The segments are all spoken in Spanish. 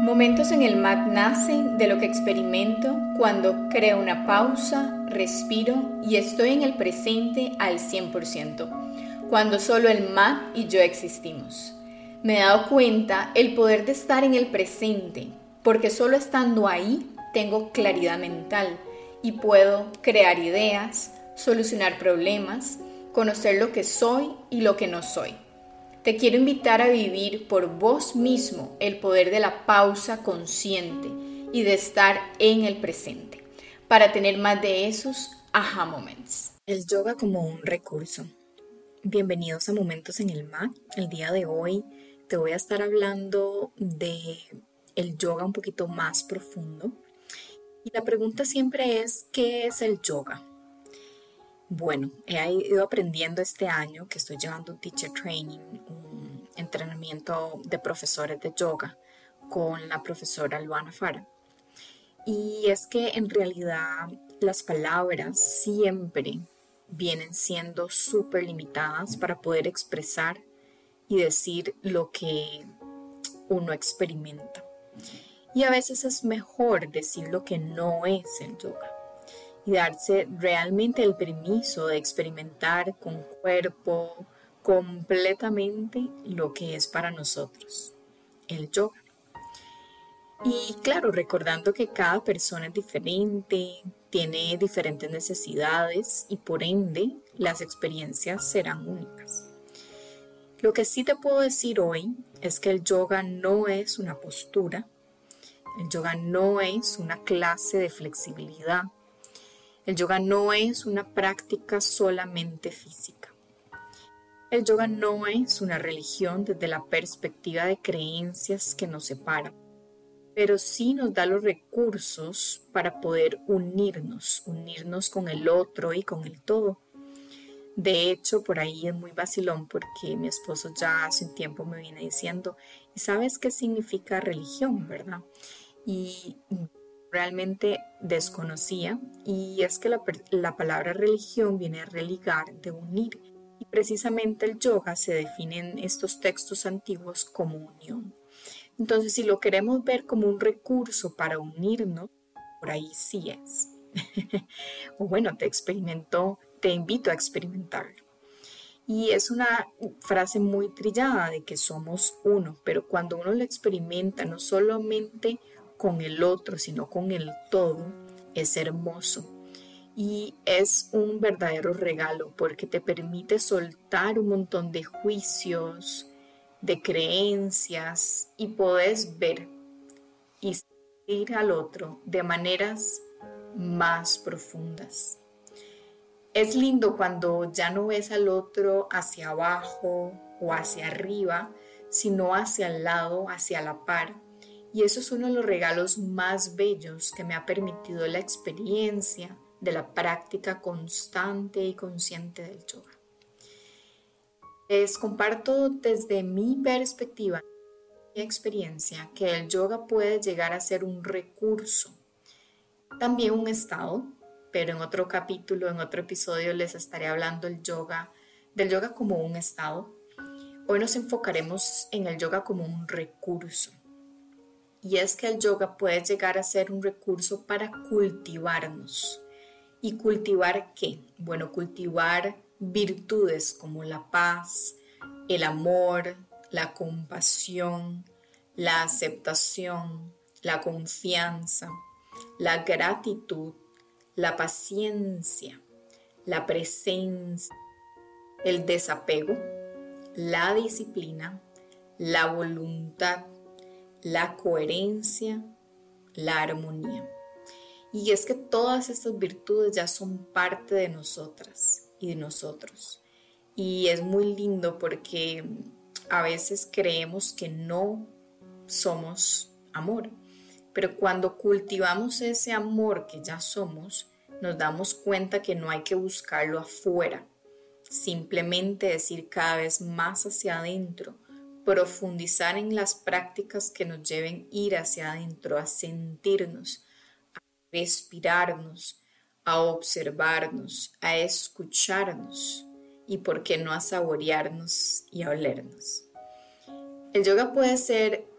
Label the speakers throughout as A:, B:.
A: Momentos en el MAC nacen de lo que experimento cuando creo una pausa, respiro y estoy en el presente al 100%, cuando solo el MAC y yo existimos. Me he dado cuenta el poder de estar en el presente, porque solo estando ahí tengo claridad mental y puedo crear ideas, solucionar problemas, conocer lo que soy y lo que no soy. Te quiero invitar a vivir por vos mismo el poder de la pausa consciente y de estar en el presente, para tener más de esos aha moments.
B: El yoga como un recurso. Bienvenidos a Momentos en el MAC. El día de hoy te voy a estar hablando de el yoga un poquito más profundo. Y la pregunta siempre es, ¿qué es el yoga? Bueno, he ido aprendiendo este año que estoy llevando un teacher training, un entrenamiento de profesores de yoga con la profesora Luana Fara. Y es que en realidad las palabras siempre vienen siendo súper limitadas para poder expresar y decir lo que uno experimenta. Y a veces es mejor decir lo que no es el yoga y darse realmente el permiso de experimentar con cuerpo completamente lo que es para nosotros el yoga. Y claro, recordando que cada persona es diferente, tiene diferentes necesidades y por ende las experiencias serán únicas. Lo que sí te puedo decir hoy es que el yoga no es una postura, el yoga no es una clase de flexibilidad, el yoga no es una práctica solamente física. El yoga no es una religión desde la perspectiva de creencias que nos separan, pero sí nos da los recursos para poder unirnos con el otro y con el todo. De hecho, por ahí es muy vacilón porque mi esposo ya hace un tiempo me viene diciendo, ¿y sabes qué significa religión, verdad? Y realmente desconocía, y es que la palabra religión viene a religar, de unir, y precisamente el yoga se define en estos textos antiguos como unión. Entonces, si lo queremos ver como un recurso para unirnos, por ahí sí es. O bueno, te invito a experimentarlo. Y es una frase muy trillada de que somos uno, pero cuando uno lo experimenta no solamente con el otro, sino con el todo, es hermoso. Y es un verdadero regalo porque te permite soltar un montón de juicios, de creencias y podés ver y sentir al otro de maneras más profundas. Es lindo cuando ya no ves al otro hacia abajo o hacia arriba, sino hacia el lado, hacia la par. Y eso es uno de los regalos más bellos que me ha permitido la experiencia de la práctica constante y consciente del yoga. Les comparto desde mi perspectiva, mi experiencia, que el yoga puede llegar a ser un recurso, también un estado, pero en otro capítulo, en otro episodio les estaré hablando del yoga como un estado. Hoy nos enfocaremos en el yoga como un recurso. Y es que el yoga puede llegar a ser un recurso para cultivarnos. ¿Y cultivar qué? Bueno, cultivar virtudes como la paz, el amor, la compasión, la aceptación, la confianza, la gratitud, la paciencia, la presencia, el desapego, la disciplina, la voluntad, la coherencia, la armonía. Y es que todas estas virtudes ya son parte de nosotras y de nosotros. Y es muy lindo porque a veces creemos que no somos amor, pero cuando cultivamos ese amor que ya somos, nos damos cuenta que no hay que buscarlo afuera, simplemente decir cada vez más hacia adentro, profundizar en las prácticas que nos lleven a ir hacia adentro, a sentirnos, a respirarnos, a observarnos, a escucharnos y por qué no a saborearnos y a olernos. El yoga puede ser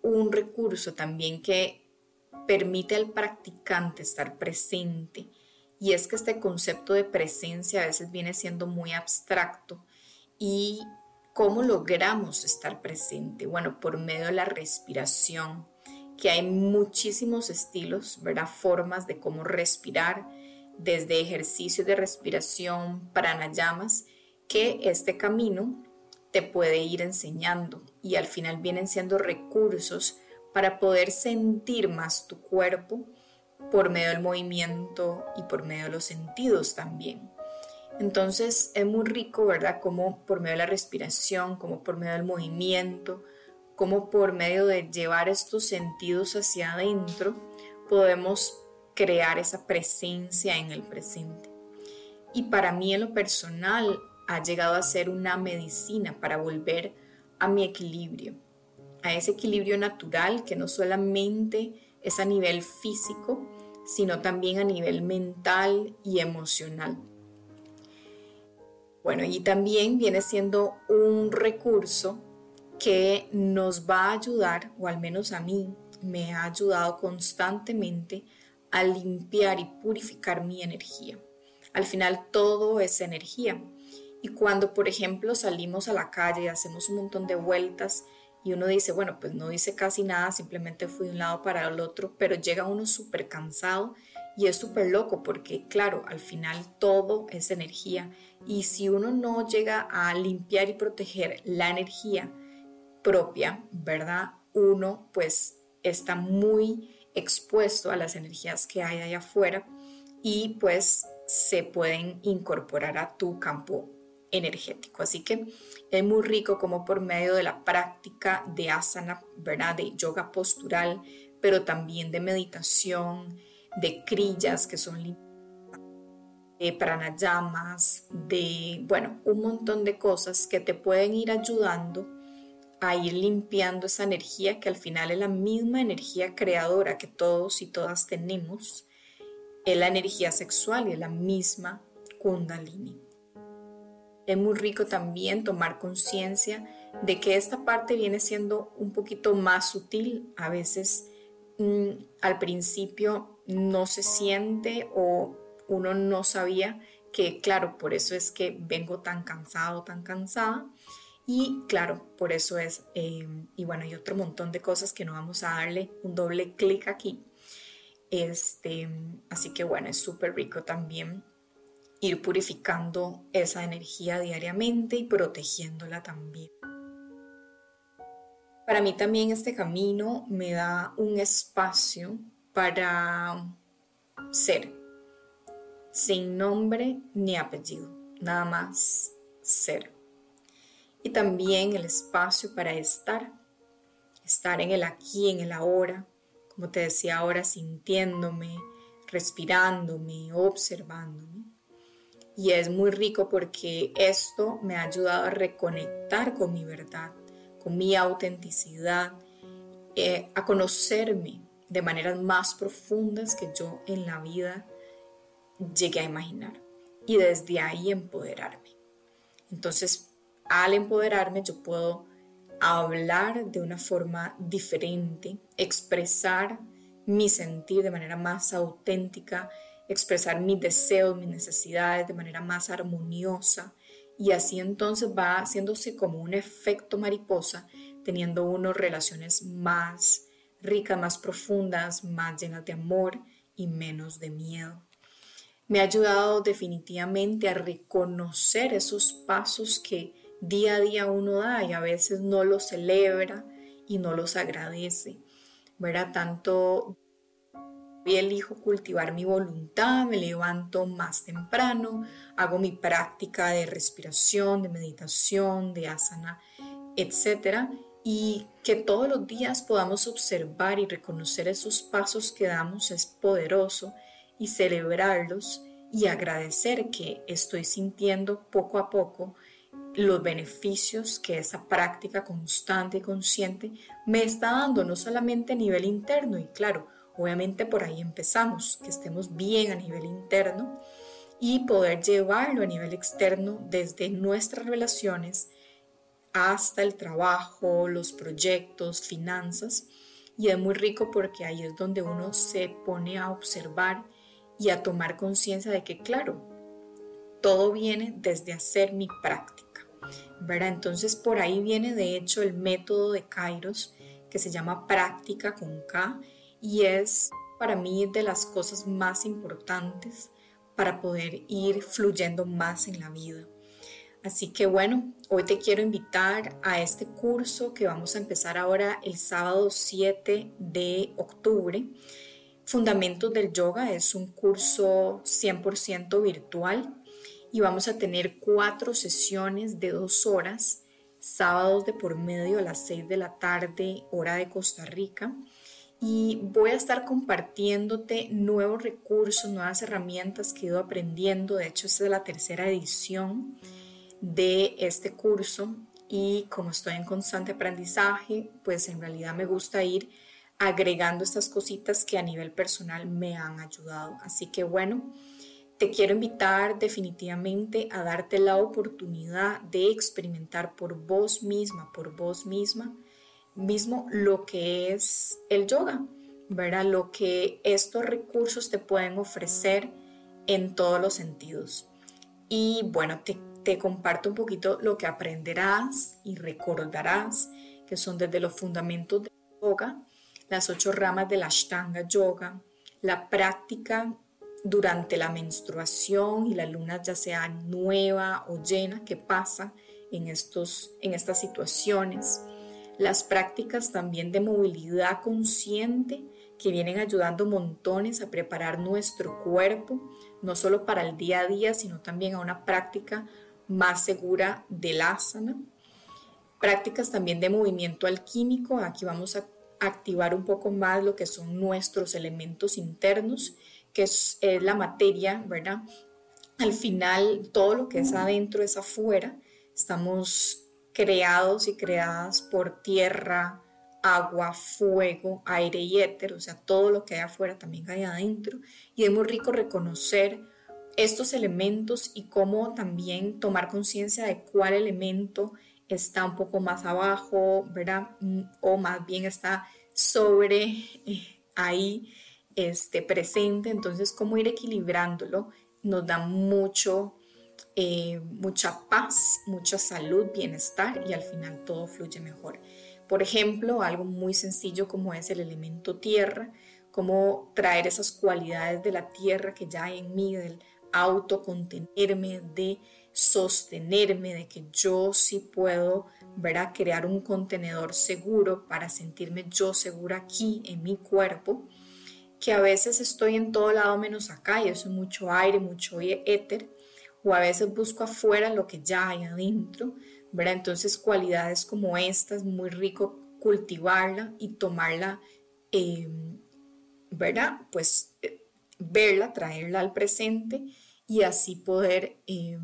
B: un recurso también que permite al practicante estar presente. Y es que este concepto de presencia a veces viene siendo muy abstracto. ¿Y cómo logramos estar presente? Bueno, por medio de la respiración, que hay muchísimos estilos, ¿verdad? Formas de cómo respirar, desde ejercicios de respiración, pranayamas, que este camino te puede ir enseñando y al final vienen siendo recursos para poder sentir más tu cuerpo por medio del movimiento y por medio de los sentidos también. Entonces es muy rico, ¿verdad? Como por medio de la respiración, como por medio del movimiento, como por medio de llevar estos sentidos hacia adentro, podemos crear esa presencia en el presente. Y para mí en lo personal ha llegado a ser una medicina para volver a mi equilibrio, a ese equilibrio natural que no solamente es a nivel físico, sino también a nivel mental y emocional. Bueno, y también viene siendo un recurso que nos va a ayudar, o al menos a mí, me ha ayudado constantemente a limpiar y purificar mi energía. Al final todo es energía. Y cuando, por ejemplo, salimos a la calle y hacemos un montón de vueltas y uno dice, bueno, pues no hice casi nada, simplemente fui de un lado para el otro, pero llega uno súper cansado y es súper loco porque, claro, al final todo es energía. Y si uno no llega a limpiar y proteger la energía propia, ¿verdad? Uno pues está muy expuesto a las energías que hay allá afuera y pues se pueden incorporar a tu campo energético. Así que es muy rico como por medio de la práctica de asana, ¿verdad? De yoga postural, pero también de meditación, de kriyas que son de pranayamas, de, bueno, un montón de cosas que te pueden ir ayudando a ir limpiando esa energía que al final es la misma energía creadora que todos y todas tenemos, es la energía sexual y es la misma Kundalini. Es muy rico también tomar conciencia de que esta parte viene siendo un poquito más sutil. A veces al principio no se siente o uno no sabía que, claro, por eso es que vengo tan cansado, tan cansada. Y claro, por eso es, y bueno, hay otro montón de cosas que no vamos a darle un doble clic aquí. Así que bueno, es súper rico también ir purificando esa energía diariamente y protegiéndola también. Para mí también este camino me da un espacio para ser, sin nombre ni apellido, nada más ser. Y también el espacio para estar en el aquí, en el ahora, como te decía ahora, sintiéndome, respirándome, observándome. Y es muy rico porque esto me ha ayudado a reconectar con mi verdad, con mi autenticidad, a conocerme de maneras más profundas que yo en la vida llegué a imaginar. Y desde ahí empoderarme. Entonces, al empoderarme yo puedo hablar de una forma diferente, expresar mi sentir de manera más auténtica, expresar mis deseos, mis necesidades de manera más armoniosa y así entonces va haciéndose como un efecto mariposa, teniendo unas relaciones más ricas, más profundas, más llenas de amor y menos de miedo. Me ha ayudado definitivamente a reconocer esos pasos que día a día uno da y a veces no los celebra y no los agradece, ¿verdad? Tanto hoy elijo cultivar mi voluntad, me levanto más temprano, hago mi práctica de respiración, de meditación, de asana, etc. Y que todos los días podamos observar y reconocer esos pasos que damos es poderoso y celebrarlos y agradecer que estoy sintiendo poco a poco los beneficios que esa práctica constante y consciente me está dando, no solamente a nivel interno, y claro, obviamente por ahí empezamos, que estemos bien a nivel interno y poder llevarlo a nivel externo desde nuestras relaciones hasta el trabajo, los proyectos, finanzas, y es muy rico porque ahí es donde uno se pone a observar y a tomar conciencia de que, claro, todo viene desde hacer mi práctica, ¿verdad? Entonces por ahí viene de hecho el método de Kairos, que se llama práctica con K, y es para mí de las cosas más importantes para poder ir fluyendo más en la vida. Así que bueno, hoy te quiero invitar a este curso que vamos a empezar ahora el sábado 7 de octubre. Fundamentos del Yoga es un curso 100% virtual y vamos a tener 4 sesiones de 2 horas, sábados de por medio a las 6 de la tarde, hora de Costa Rica. Y voy a estar compartiéndote nuevos recursos, nuevas herramientas que he ido aprendiendo. De hecho, esta es la tercera edición de este curso y como estoy en constante aprendizaje, pues en realidad me gusta ir agregando estas cositas que a nivel personal me han ayudado. Así que bueno, te quiero invitar definitivamente a darte la oportunidad de experimentar por vos misma, mismo lo que es el yoga, ¿verdad? Lo que estos recursos te pueden ofrecer en todos los sentidos. Y bueno, te comparto un poquito lo que aprenderás y recordarás, que son desde los fundamentos del yoga, las 8 ramas del Ashtanga Yoga, la práctica durante la menstruación y la luna ya sea nueva o llena, que pasa en estas situaciones, las prácticas también de movilidad consciente que vienen ayudando montones a preparar nuestro cuerpo, no solo para el día a día, sino también a una práctica más segura del asana. Prácticas también de movimiento alquímico, aquí vamos a activar un poco más lo que son nuestros elementos internos, que es la materia, ¿verdad? Al final, todo lo que es adentro es afuera. Estamos creados y creadas por tierra, agua, fuego, aire y éter, o sea, todo lo que hay afuera también hay adentro. Y es muy rico reconocer estos elementos y cómo también tomar conciencia de cuál elemento está un poco más abajo, ¿verdad? O más bien está sobre ahí presente. Entonces, cómo ir equilibrándolo nos da mucha paz, mucha salud, bienestar y al final todo fluye mejor. Por ejemplo, algo muy sencillo como es el elemento tierra, cómo traer esas cualidades de la tierra que ya hay en mí, del autocontenerme, de sostenerme, de que yo sí puedo, ¿verdad?, crear un contenedor seguro para sentirme yo segura aquí en mi cuerpo, que a veces estoy en todo lado menos acá y eso es mucho aire, mucho éter, o a veces busco afuera lo que ya hay adentro, ¿verdad? Entonces cualidades como estas, muy rico cultivarla y tomarla, ¿verdad? Pues verla, traerla al presente y así poder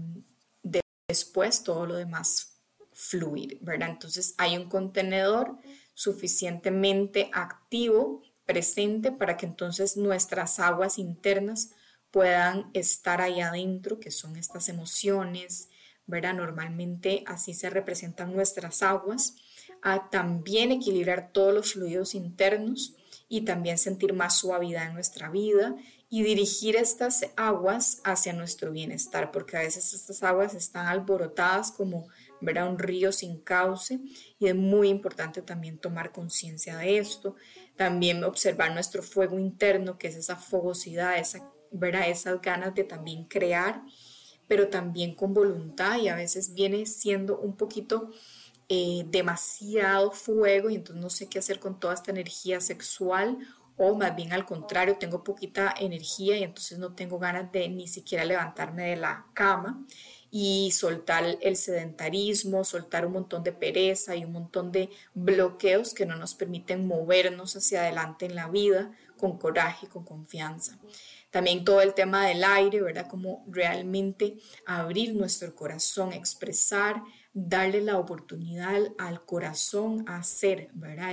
B: después todo lo demás fluir, ¿verdad? Entonces hay un contenedor suficientemente activo, presente, para que entonces nuestras aguas internas puedan estar ahí adentro, que son estas emociones, ¿verdad? Normalmente así se representan nuestras aguas, a también equilibrar todos los fluidos internos y también sentir más suavidad en nuestra vida y dirigir estas aguas hacia nuestro bienestar, porque a veces estas aguas están alborotadas como, ¿verdad?, un río sin cauce y es muy importante también tomar conciencia de esto, también observar nuestro fuego interno, que es esa fogosidad, ¿verdad?, esas ganas de también crear, pero también con voluntad y a veces viene siendo un poquito demasiado fuego y entonces no sé qué hacer con toda esta energía sexual o más bien al contrario, tengo poquita energía y entonces no tengo ganas de ni siquiera levantarme de la cama y soltar el sedentarismo, soltar un montón de pereza y un montón de bloqueos que no nos permiten movernos hacia adelante en la vida con coraje y con confianza. También todo el tema del aire, ¿verdad? Como realmente abrir nuestro corazón, expresar, darle la oportunidad al corazón a hacer, ¿verdad?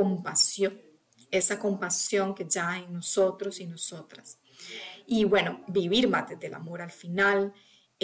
B: Esa compasión que ya hay en nosotros y nosotras. Y bueno, vivir más desde el amor al final,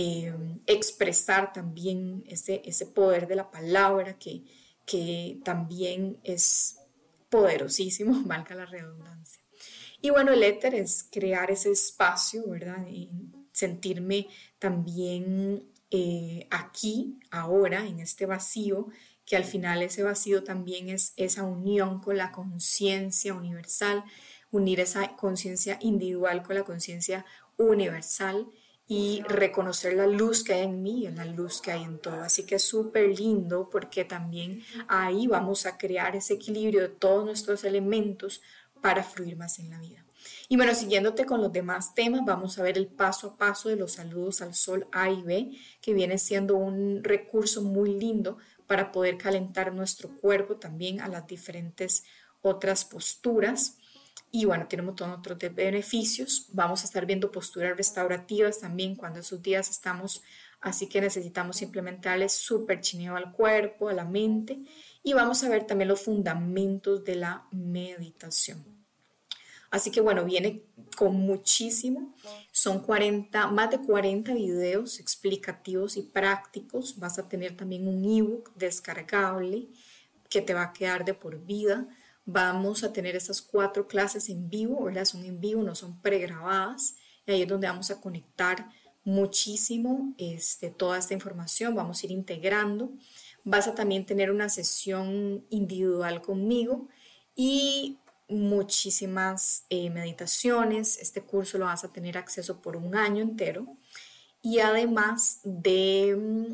B: expresar también ese poder de la palabra que también es poderosísimo, valga la redundancia. Y bueno, el éter es crear ese espacio, ¿verdad? Y sentirme también aquí, ahora, en este vacío, que al final ese vacío también es esa unión con la conciencia universal, unir esa conciencia individual con la conciencia universal y reconocer la luz que hay en mí y la luz que hay en todo. Así que es súper lindo porque también ahí vamos a crear ese equilibrio de todos nuestros elementos para fluir más en la vida. Y bueno, siguiéndote con los demás temas, vamos a ver el paso a paso de los saludos al sol A y B, que viene siendo un recurso muy lindo para poder calentar nuestro cuerpo también a las diferentes otras posturas. Y bueno, tiene un montón de otros beneficios. Vamos a estar viendo posturas restaurativas también cuando esos días estamos, así que necesitamos simplemente darle súper chineo al cuerpo, a la mente. Y vamos a ver también los fundamentos de la meditación. Así que bueno, viene con muchísimo. Son más de 40 videos explicativos y prácticos. Vas a tener también un ebook descargable que te va a quedar de por vida. Vamos a tener esas 4 clases en vivo, ¿verdad? Son en vivo, no son pregrabadas. Y ahí es donde vamos a conectar muchísimo toda esta información. Vamos a ir integrando. Vas a también tener una sesión individual conmigo y muchísimas meditaciones. Este curso lo vas a tener acceso por un año entero. Y además de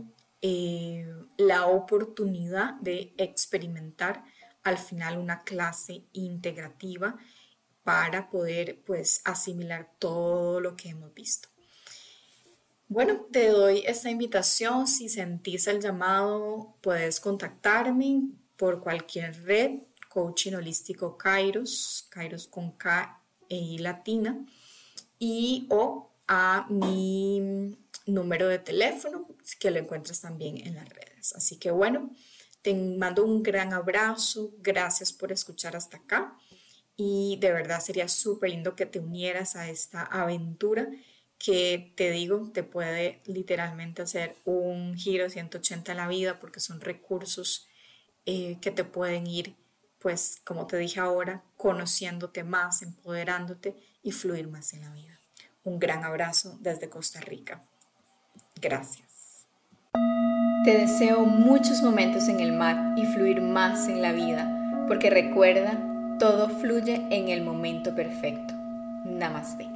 B: la oportunidad de experimentar al final una clase integrativa para poder pues asimilar todo lo que hemos visto. Bueno, te doy esta invitación. Si sentís el llamado, puedes contactarme por cualquier red, Coaching Holístico Kairos, Kairos con K e I latina, y o a mi número de teléfono, que lo encuentras también en las redes. Así que bueno, te mando un gran abrazo, gracias por escuchar hasta acá y de verdad sería súper lindo que te unieras a esta aventura que te digo, te puede literalmente hacer un giro 180 en la vida porque son recursos que te pueden ir, pues como te dije ahora, conociéndote más, empoderándote y fluir más en la vida. Un gran abrazo desde Costa Rica. Gracias.
A: Te deseo muchos momentos en el mar y fluir más en la vida, porque recuerda, todo fluye en el momento perfecto. Namaste.